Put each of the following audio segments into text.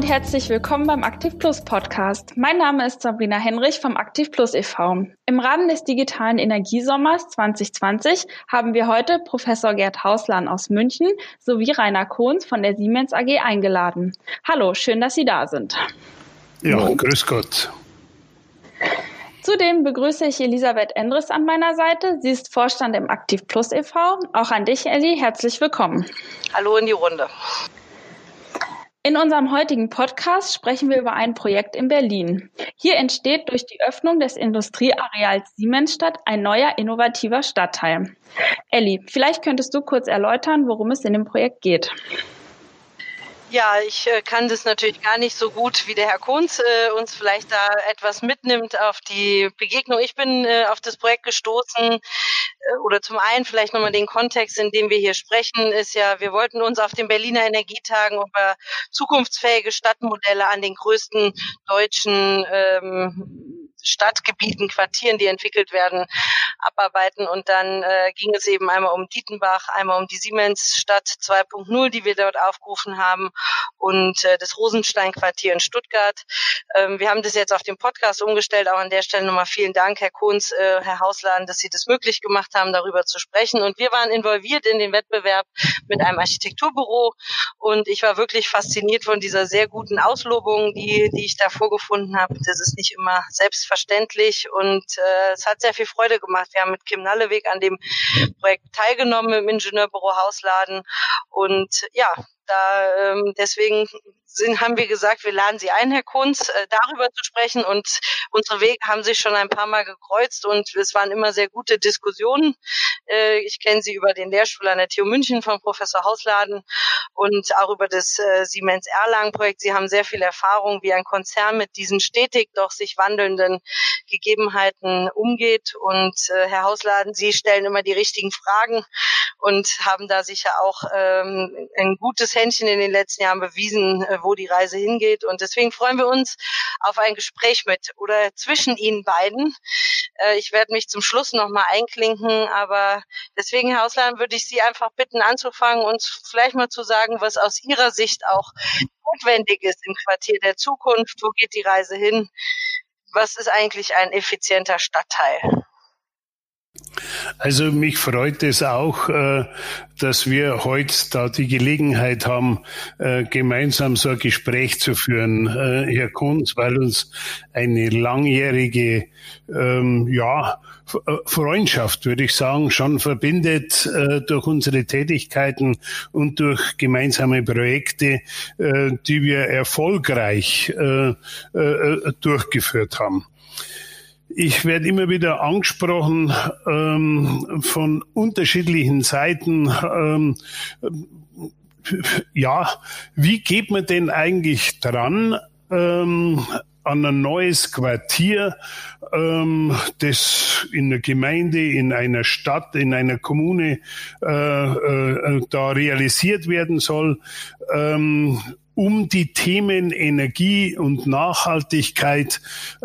herzlich willkommen beim Aktiv Plus Podcast. Mein Name ist Sabrina Henrich vom Aktiv Plus e.V. Im Rahmen des digitalen Energiesommers 2020 haben wir heute Professor Gerd Hauslan aus München sowie Rainer Kohns von der Siemens AG eingeladen. Hallo, schön, dass Sie da sind. Ja, grüß Gott. Zudem begrüße ich Elisabeth Endres an meiner Seite. Sie ist Vorstand im Aktiv Plus e.V. Auch an dich, Elli, herzlich willkommen. Hallo in die Runde. In unserem heutigen Podcast sprechen wir über ein Projekt in Berlin. Hier entsteht durch die Öffnung des Industrieareals Siemensstadt ein neuer, innovativer Stadtteil. Elli, vielleicht könntest du kurz erläutern, worum es in dem Projekt geht. Ja, ich kann das natürlich gar nicht so gut, wie der Herr Kohns uns vielleicht da etwas mitnimmt auf die Begegnung. Ich bin auf das Projekt gestoßen oder zum einen vielleicht nochmal den Kontext, in dem wir hier sprechen, ist ja, wir wollten uns auf den Berliner Energietagen über zukunftsfähige Stadtmodelle an den größten deutschen Stadtgebieten, Quartieren, die entwickelt werden, abarbeiten. Und dann ging es eben einmal um Dietenbach, einmal um die Siemensstadt 2.0, die wir dort aufgerufen haben, und das Rosenstein-Quartier in Stuttgart. Wir haben das jetzt auf den Podcast umgestellt. Auch an der Stelle nochmal vielen Dank, Herr Kohns, Herr Hauslan, dass Sie das möglich gemacht haben, darüber zu sprechen. Und wir waren involviert in den Wettbewerb mit einem Architekturbüro. Und ich war wirklich fasziniert von dieser sehr guten Auslobung, die ich da vorgefunden habe. Das ist nicht immer selbstverständlich und es hat sehr viel Freude gemacht. Wir haben mit Kim Nalleweg an dem Projekt teilgenommen im Ingenieurbüro Hausladen und ja, deswegen haben wir gesagt, wir laden Sie ein, Herr Kohns, darüber zu sprechen, und unsere Wege haben sich schon ein paar Mal gekreuzt und es waren immer sehr gute Diskussionen. Ich kenne Sie über den Lehrstuhl an der TU München von Professor Hausladen und auch über das Siemens Erlangen-Projekt. Sie haben sehr viel Erfahrung, wie ein Konzern mit diesen stetig doch sich wandelnden Gegebenheiten umgeht, und Herr Hausladen, Sie stellen immer die richtigen Fragen und haben da sicher auch ein gutes Händchen in den letzten Jahren bewiesen, wo die Reise hingeht. Und deswegen freuen wir uns auf ein Gespräch mit oder zwischen Ihnen beiden. Ich werde mich zum Schluss nochmal einklinken, aber deswegen, Herr Hauslan, würde ich Sie einfach bitten, anzufangen und vielleicht mal zu sagen, was aus Ihrer Sicht auch notwendig ist im Quartier der Zukunft. Wo geht die Reise hin? Was ist eigentlich ein effizienter Stadtteil? Also mich freut es auch, dass wir heute da die Gelegenheit haben, gemeinsam so ein Gespräch zu führen, Herr Kohns, weil uns eine langjährige Freundschaft, würde ich sagen, schon verbindet durch unsere Tätigkeiten und durch gemeinsame Projekte, die wir erfolgreich durchgeführt haben. Ich werde immer wieder angesprochen von unterschiedlichen Seiten. Wie geht man denn eigentlich dran an ein neues Quartier, das in einer Gemeinde, in einer Stadt, in einer Kommune da realisiert werden soll, um die Themen Energie und Nachhaltigkeit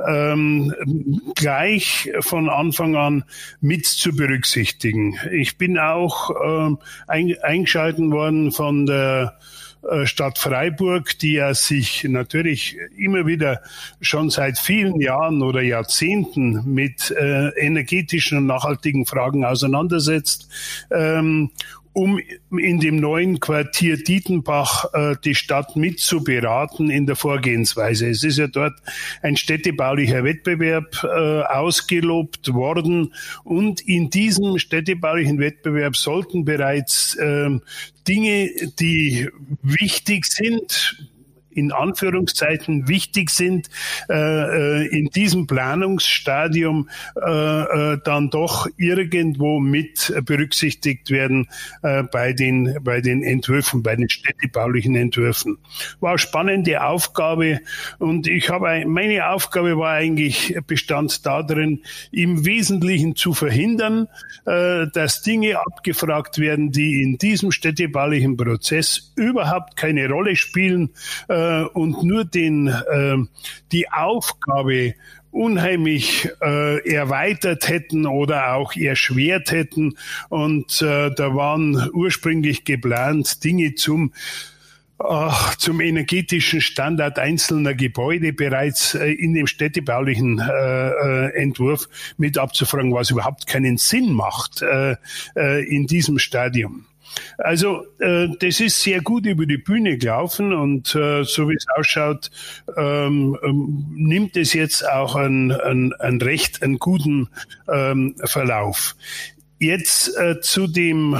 gleich von Anfang an mit zu berücksichtigen. Ich bin auch eingeschaltet worden von der Stadt Freiburg, die ja sich natürlich immer wieder schon seit vielen Jahren oder Jahrzehnten mit energetischen und nachhaltigen Fragen auseinandersetzt, um in dem neuen Quartier Dietenbach die Stadt mitzuberaten in der Vorgehensweise. Es ist ja dort ein städtebaulicher Wettbewerb ausgelobt worden, und in diesem städtebaulichen Wettbewerb sollten bereits Dinge, die wichtig sind, in Anführungszeichen wichtig sind, in diesem Planungsstadium dann doch irgendwo mit berücksichtigt werden bei den Entwürfen, bei den städtebaulichen Entwürfen. War eine spannende Aufgabe, und meine Aufgabe bestand darin, im Wesentlichen zu verhindern, dass Dinge abgefragt werden, die in diesem städtebaulichen Prozess überhaupt keine Rolle spielen, und nur die Aufgabe unheimlich erweitert hätten oder auch erschwert hätten. Und da waren ursprünglich geplant, Dinge zum Zum energetischen Standard einzelner Gebäude bereits in dem städtebaulichen Entwurf mit abzufragen, was überhaupt keinen Sinn macht in diesem Stadium. Also das ist sehr gut über die Bühne gelaufen und so wie es ausschaut, nimmt es jetzt auch einen guten Verlauf. Jetzt zu dem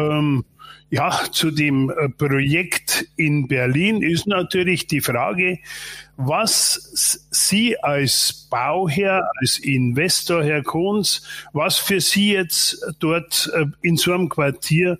Projekt in Berlin ist natürlich die Frage, was Sie als Bauherr, als Investor, Herr Kohns, was für Sie jetzt dort in so einem Quartier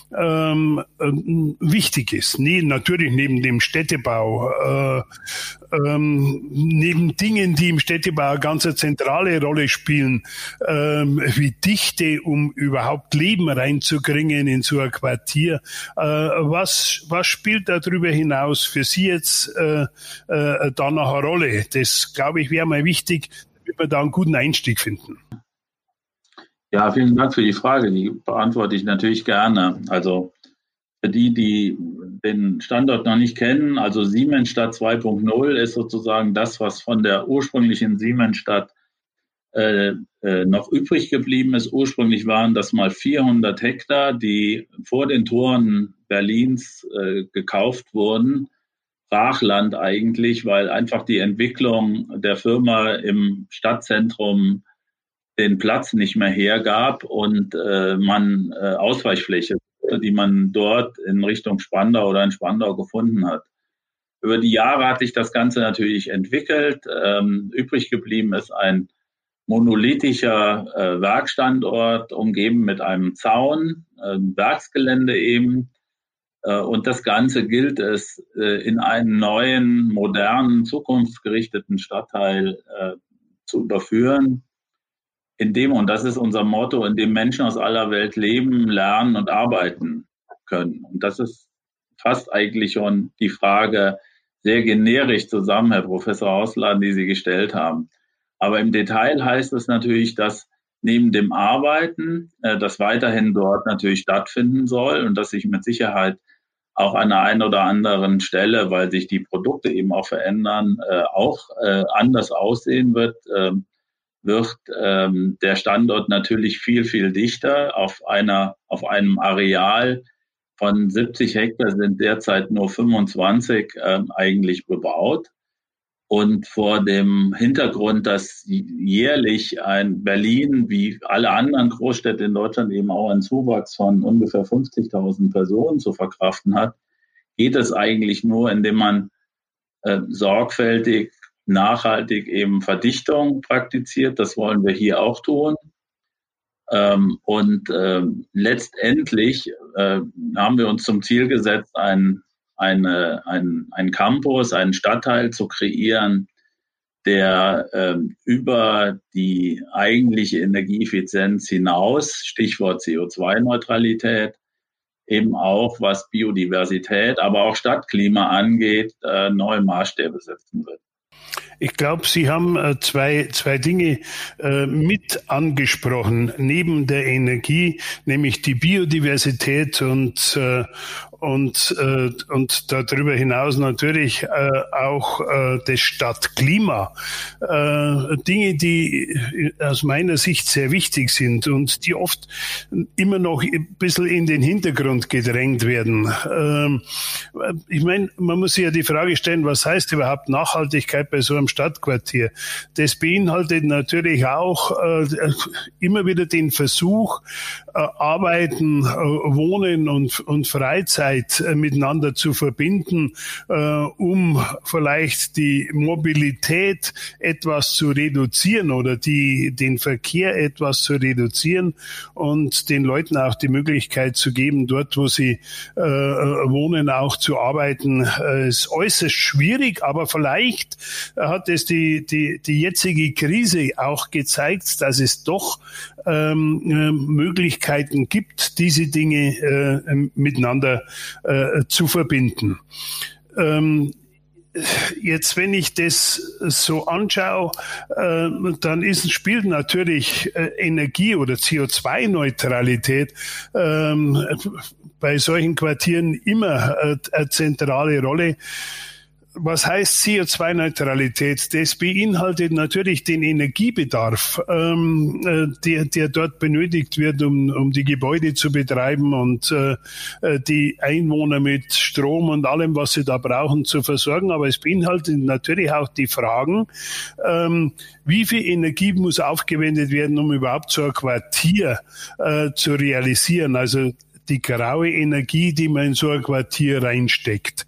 wichtig ist. Natürlich neben dem Städtebau, neben Dingen, die im Städtebau eine ganz zentrale Rolle spielen, wie Dichte, um überhaupt Leben reinzukriegen in so ein Quartier. Was spielt darüber hinaus für Sie jetzt da noch eine Rolle? Das, glaube ich, wäre mal wichtig, damit wir da einen guten Einstieg finden. Ja, vielen Dank für die Frage. Die beantworte ich natürlich gerne. Also für die den Standort noch nicht kennen, also Siemensstadt 2.0 ist sozusagen das, was von der ursprünglichen Siemensstadt noch übrig geblieben ist. Ursprünglich waren das mal 400 Hektar, die vor den Toren Berlins gekauft wurden. Brachland eigentlich, weil einfach die Entwicklung der Firma im Stadtzentrum den Platz nicht mehr hergab und man Ausweichfläche, die man dort in Richtung Spandau oder in Spandau gefunden hat. Über die Jahre hat sich das Ganze natürlich entwickelt. Übrig geblieben ist ein monolithischer Werkstandort, umgeben mit einem Zaun, Werksgelände eben. Und das Ganze gilt es in einen neuen, modernen, zukunftsgerichteten Stadtteil zu überführen, in dem, und das ist unser Motto, in dem Menschen aus aller Welt leben, lernen und arbeiten können. Und das ist fast eigentlich schon die Frage sehr generisch zusammen, Herr Professor Hauslan, die Sie gestellt haben. Aber im Detail heißt es natürlich, dass neben dem Arbeiten das weiterhin dort natürlich stattfinden soll und dass sich mit Sicherheit auch an der einen oder anderen Stelle, weil sich die Produkte eben auch verändern, auch anders aussehen wird der Standort natürlich viel, viel dichter. Auf einem Areal von 70 Hektar sind derzeit nur 25 eigentlich bebaut. Und vor dem Hintergrund, dass jährlich ein Berlin, wie alle anderen Großstädte in Deutschland, eben auch einen Zuwachs von ungefähr 50.000 Personen zu verkraften hat, geht es eigentlich nur, indem man sorgfältig, nachhaltig eben Verdichtung praktiziert. Das wollen wir hier auch tun. Letztendlich haben wir uns zum Ziel gesetzt, einen Campus, einen Stadtteil zu kreieren, der über die eigentliche Energieeffizienz hinaus, Stichwort CO2-Neutralität, eben auch was Biodiversität, aber auch Stadtklima angeht, neue Maßstäbe setzen wird. Ich glaube, Sie haben zwei Dinge mit angesprochen, neben der Energie, nämlich die Biodiversität und darüber hinaus natürlich auch das Stadtklima. Dinge, die aus meiner Sicht sehr wichtig sind und die oft immer noch ein bisschen in den Hintergrund gedrängt werden. Ich meine, man muss sich ja die Frage stellen, was heißt überhaupt Nachhaltigkeit bei so einem Stadtquartier? Das beinhaltet natürlich auch immer wieder den Versuch, Arbeiten, Wohnen und Freizeit miteinander zu verbinden, um vielleicht die Mobilität etwas zu reduzieren oder den Verkehr etwas zu reduzieren und den Leuten auch die Möglichkeit zu geben, dort, wo sie wohnen, auch zu arbeiten. Ist äußerst schwierig, aber vielleicht hat es die jetzige Krise auch gezeigt, dass es doch Möglichkeiten gibt, diese Dinge miteinander zu verbinden. Jetzt, wenn ich das so anschaue, dann spielt natürlich Energie oder CO2-Neutralität bei solchen Quartieren immer eine zentrale Rolle. Was heißt CO2-Neutralität? Das beinhaltet natürlich den Energiebedarf, der dort benötigt wird, um die Gebäude zu betreiben und die Einwohner mit Strom und allem, was sie da brauchen, zu versorgen. Aber es beinhaltet natürlich auch die Fragen, wie viel Energie muss aufgewendet werden, um überhaupt so ein Quartier zu realisieren. Also die graue Energie, die man in so ein Quartier reinsteckt.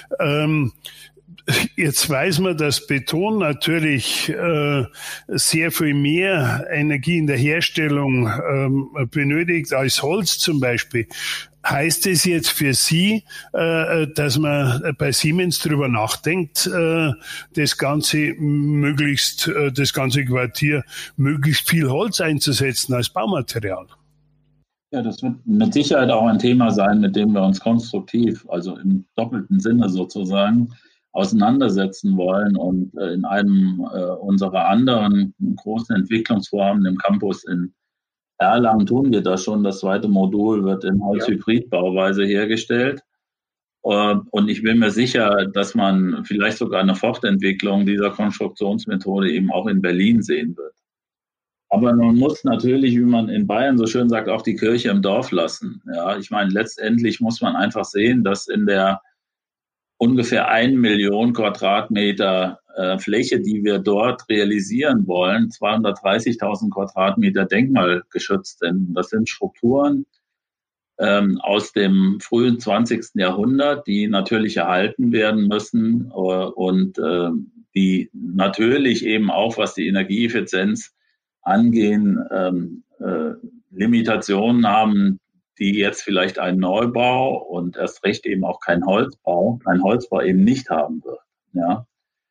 Jetzt weiß man, dass Beton natürlich sehr viel mehr Energie in der Herstellung benötigt als Holz zum Beispiel. Heißt es jetzt für Sie, dass man bei Siemens darüber nachdenkt, das ganze Quartier möglichst viel Holz einzusetzen als Baumaterial? Ja, das wird mit Sicherheit auch ein Thema sein, mit dem wir uns konstruktiv, also im doppelten Sinne sozusagen, auseinandersetzen wollen. Und in einem unserer anderen großen Entwicklungsvorhaben, im Campus in Erlangen, tun wir das schon. Das zweite Modul wird in Holz-Hybrid-Bauweise hergestellt. Und ich bin mir sicher, dass man vielleicht sogar eine Fortentwicklung dieser Konstruktionsmethode eben auch in Berlin sehen wird. Aber man muss natürlich, wie man in Bayern so schön sagt, auch die Kirche im Dorf lassen. Ja, ich meine, letztendlich muss man einfach sehen, dass in der ungefähr 1 Million Quadratmeter Fläche, die wir dort realisieren wollen, 230.000 Quadratmeter denkmalgeschützt sind. Das sind Strukturen aus dem frühen 20. Jahrhundert, die natürlich erhalten werden müssen und die natürlich eben auch, was die Energieeffizienz angehen, Limitationen haben, die jetzt vielleicht einen Neubau und erst recht eben auch kein Holzbau eben nicht haben wird. Ja.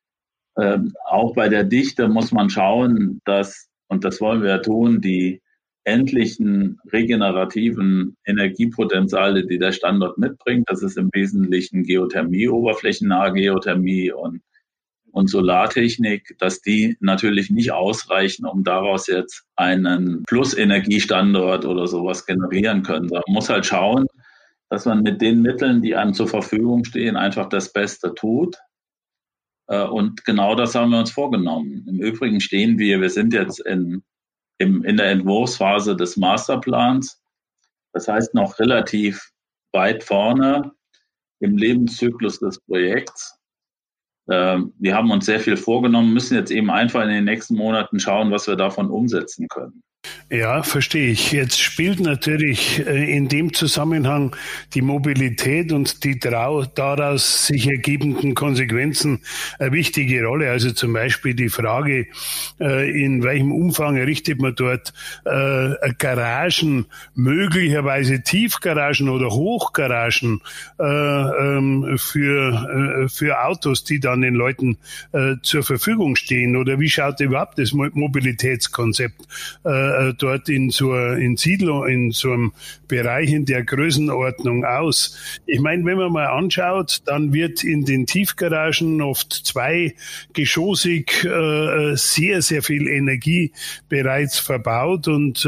Auch bei der Dichte muss man schauen, dass, und das wollen wir ja tun, die endlichen regenerativen Energiepotenziale, die der Standort mitbringt, das ist im Wesentlichen Geothermie, oberflächennahe Geothermie und Solartechnik, dass die natürlich nicht ausreichen, um daraus jetzt einen Plus-Energiestandort oder sowas generieren können. Man muss halt schauen, dass man mit den Mitteln, die einem zur Verfügung stehen, einfach das Beste tut. Und genau das haben wir uns vorgenommen. Im Übrigen wir sind jetzt in der Entwurfsphase des Masterplans. Das heißt noch relativ weit vorne im Lebenszyklus des Projekts. Wir haben uns sehr viel vorgenommen, müssen jetzt eben einfach in den nächsten Monaten schauen, was wir davon umsetzen können. Ja, verstehe ich. Jetzt spielt natürlich in dem Zusammenhang die Mobilität und die daraus sich ergebenden Konsequenzen eine wichtige Rolle. Also zum Beispiel die Frage, in welchem Umfang errichtet man dort Garagen, möglicherweise Tiefgaragen oder Hochgaragen für Autos, die dann den Leuten zur Verfügung stehen? Oder wie schaut überhaupt das Mobilitätskonzept dort in so einem Bereich in der Größenordnung aus? Ich meine, wenn man mal anschaut, dann wird in den Tiefgaragen oft zweigeschossig sehr, sehr viel Energie bereits verbaut. Und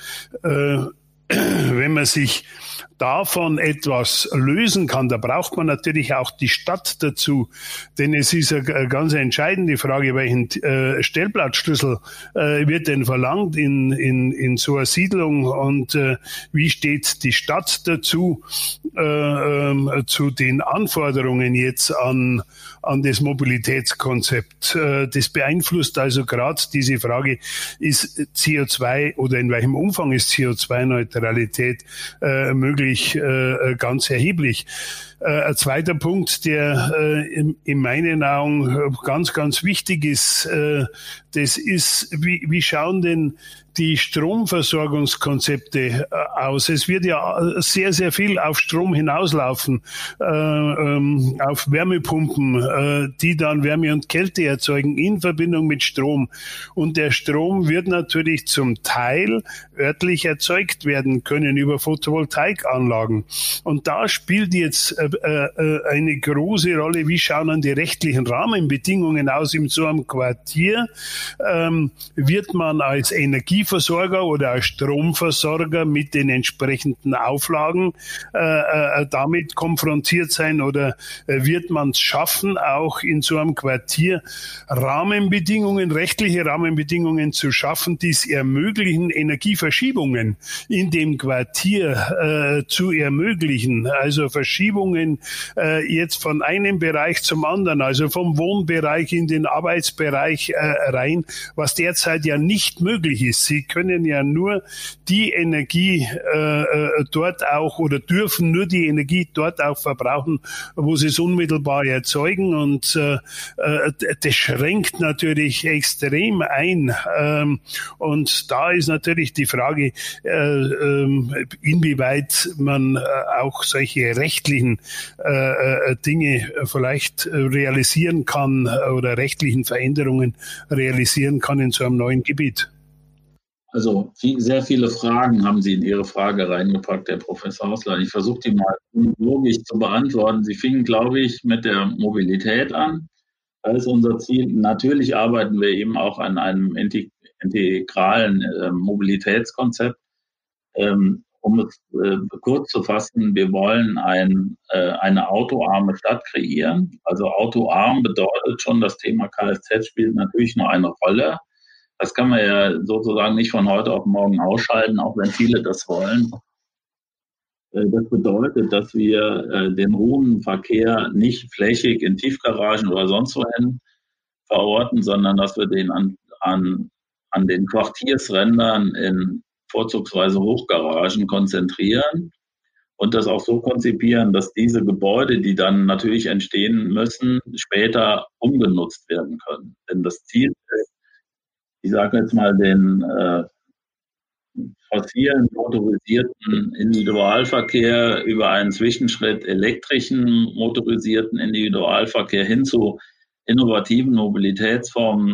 wenn man sich davon etwas lösen kann, da braucht man natürlich auch die Stadt dazu, denn es ist eine ganz entscheidende Frage, welchen Stellplatzschlüssel wird denn verlangt in so einer Siedlung und wie steht die Stadt dazu zu den Anforderungen jetzt an das Mobilitätskonzept. Das beeinflusst also gerade diese Frage, ist CO2 oder in welchem Umfang ist CO2-Neutralität möglich, ganz erheblich. Ein zweiter Punkt, der in meinen Augen ganz, ganz wichtig ist, das ist, wie schauen denn die Stromversorgungskonzepte aus? Es wird ja sehr, sehr viel auf Strom hinauslaufen, auf Wärmepumpen, die dann Wärme und Kälte erzeugen in Verbindung mit Strom. Und der Strom wird natürlich zum Teil örtlich erzeugt werden können über Photovoltaikanlagen. Und da spielt jetzt eine große Rolle, wie schauen dann die rechtlichen Rahmenbedingungen aus in so einem Quartier. Wird man als Energieversorger oder als Stromversorger mit den entsprechenden Auflagen damit konfrontiert sein, oder wird man es schaffen, auch in so einem Quartier Rahmenbedingungen, rechtliche Rahmenbedingungen zu schaffen, die es ermöglichen, Energieverschiebungen in dem Quartier zu ermöglichen. Also Verschiebungen jetzt von einem Bereich zum anderen, also vom Wohnbereich in den Arbeitsbereich rein, was derzeit ja nicht möglich ist. Sie können ja nur die Energie dort auch oder dürfen nur die Energie dort auch verbrauchen, wo sie es unmittelbar erzeugen, und das schränkt natürlich extrem ein. Und da ist natürlich die Frage, inwieweit man auch solche rechtlichen Dinge vielleicht realisieren kann oder rechtlichen Veränderungen realisieren kann in so einem neuen Gebiet. Also sehr viele Fragen haben Sie in Ihre Frage reingepackt, Herr Professor Hauslein. Ich versuche die mal logisch zu beantworten. Sie fingen, glaube ich, mit der Mobilität an. Da ist unser Ziel. Natürlich arbeiten wir eben auch an einem integralen Mobilitätskonzept. Um es kurz zu fassen, wir wollen eine autoarme Stadt kreieren. Also autoarm bedeutet schon, das Thema Kfz spielt natürlich noch eine Rolle. Das kann man ja sozusagen nicht von heute auf morgen ausschalten, auch wenn viele das wollen. Das bedeutet, dass wir den Rundenverkehr nicht flächig in Tiefgaragen oder sonst wohin verorten, sondern dass wir den an den Quartiersrändern in vorzugsweise Hochgaragen konzentrieren und das auch so konzipieren, dass diese Gebäude, die dann natürlich entstehen müssen, später umgenutzt werden können. Denn das Ziel ist, ich sage jetzt mal, den fossilen motorisierten Individualverkehr über einen Zwischenschritt elektrischen motorisierten Individualverkehr hin zu innovativen Mobilitätsformen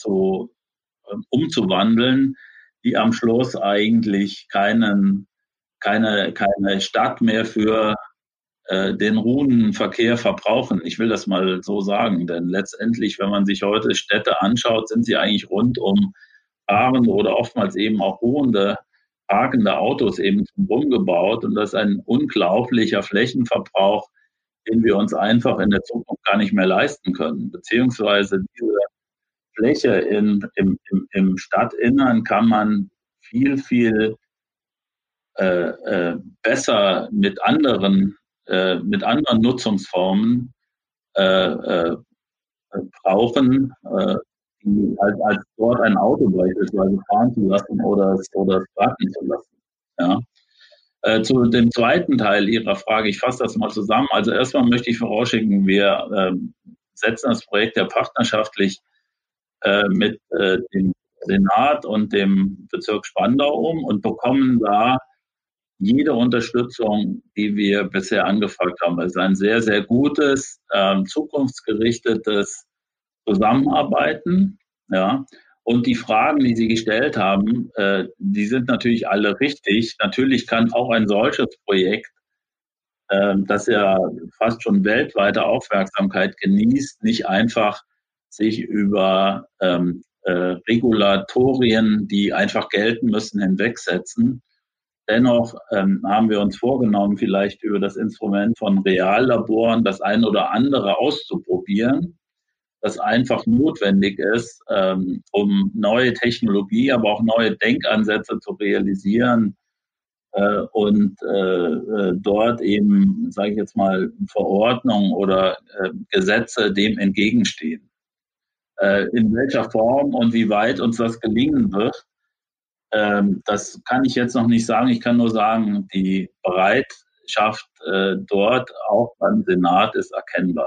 umzuwandeln, die am Schluss eigentlich keine Stadt mehr für den Rundenverkehr verbrauchen. Ich will das mal so sagen, denn letztendlich, wenn man sich heute Städte anschaut, sind sie eigentlich rund um fahrende oder oftmals eben auch ruhende, parkende Autos eben rumgebaut, und das ist ein unglaublicher Flächenverbrauch, den wir uns einfach in der Zukunft gar nicht mehr leisten können. Beziehungsweise diese Fläche im Stadtinnern kann man viel besser mit anderen Nutzungsformen brauchen, als dort ein Auto beispielsweise fahren zu lassen oder parken zu lassen. Ja. Zu dem zweiten Teil Ihrer Frage, ich fasse das mal zusammen. Also erstmal möchte ich vorausschicken, wir setzen das Projekt ja partnerschaftlich mit dem Senat und dem Bezirk Spandau um und bekommen da jede Unterstützung, die wir bisher angefragt haben. Es ist ein sehr, sehr gutes, zukunftsgerichtetes Zusammenarbeiten. Ja. Und die Fragen, die Sie gestellt haben, die sind natürlich alle richtig. Natürlich kann auch ein solches Projekt, das ja fast schon weltweite Aufmerksamkeit genießt, nicht einfach sich über Regulatorien, die einfach gelten müssen, hinwegsetzen. Dennoch haben wir uns vorgenommen, vielleicht über das Instrument von Reallaboren das ein oder andere auszuprobieren, das einfach notwendig ist, um neue Technologie, aber auch neue Denkansätze zu realisieren und dort eben, sage ich jetzt mal, Verordnungen oder Gesetze dem entgegenstehen. In welcher Form und wie weit uns das gelingen wird, das kann ich jetzt noch nicht sagen. Ich kann nur sagen, die Bereitschaft dort auch beim Senat ist erkennbar.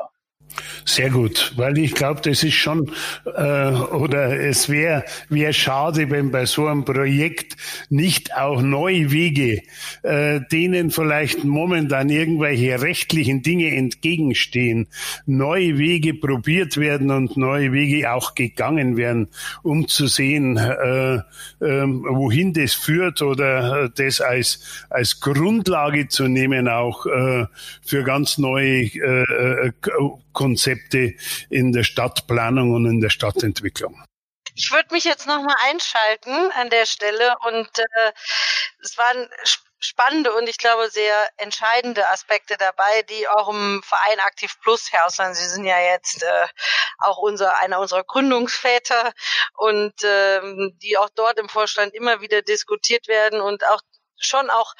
Sehr gut, weil ich glaube, das ist schon, oder es wäre schade, wenn bei so einem Projekt nicht auch neue Wege, denen vielleicht momentan irgendwelche rechtlichen Dinge entgegenstehen, neue Wege probiert werden und neue Wege auch gegangen werden, um zu sehen, wohin das führt oder das als Grundlage zu nehmen, auch für ganz neue Konzepte in der Stadtplanung und in der Stadtentwicklung. Ich würde mich jetzt nochmal einschalten an der Stelle und es waren spannende und ich glaube sehr entscheidende Aspekte dabei, die auch im Verein Aktiv Plus, Herr Hausland, Sie sind ja jetzt auch einer unserer Gründungsväter und die auch dort im Vorstand immer wieder diskutiert werden und auch schon auch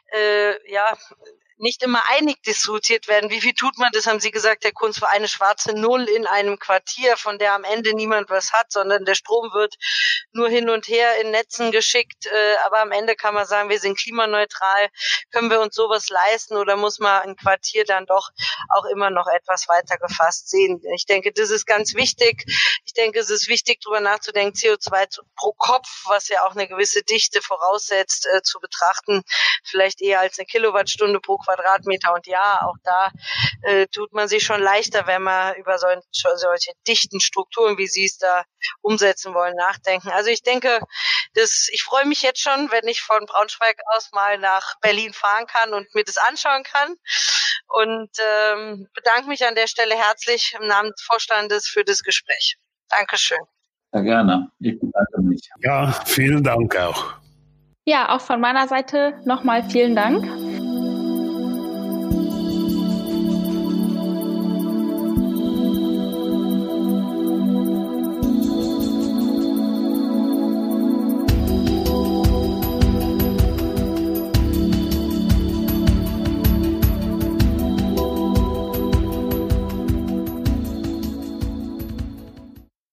nicht immer einig diskutiert werden. Wie viel tut man? Das haben Sie gesagt, der Kunstverein, eine schwarze Null in einem Quartier, von der am Ende niemand was hat, sondern der Strom wird nur hin und her in Netzen geschickt. Aber am Ende kann man sagen, wir sind klimaneutral. Können wir uns sowas leisten oder muss man ein Quartier dann doch auch immer noch etwas weiter gefasst sehen? Ich denke, das ist ganz wichtig. Ich denke, es ist wichtig, darüber nachzudenken, CO2 pro Kopf, was ja auch eine gewisse Dichte voraussetzt, zu betrachten. Vielleicht eher als eine Kilowattstunde pro Quadratmeter. Und ja, auch da tut man sich schon leichter, wenn man über solche dichten Strukturen, wie Sie es da umsetzen wollen, nachdenken. Also ich denke, ich freue mich jetzt schon, wenn ich von Braunschweig aus mal nach Berlin fahren kann und mir das anschauen kann. Und bedanke mich an der Stelle herzlich im Namen des Vorstandes für das Gespräch. Dankeschön. Ja, gerne. Ich bedanke mich. Ja, vielen Dank auch. Ja, auch von meiner Seite nochmal vielen Dank.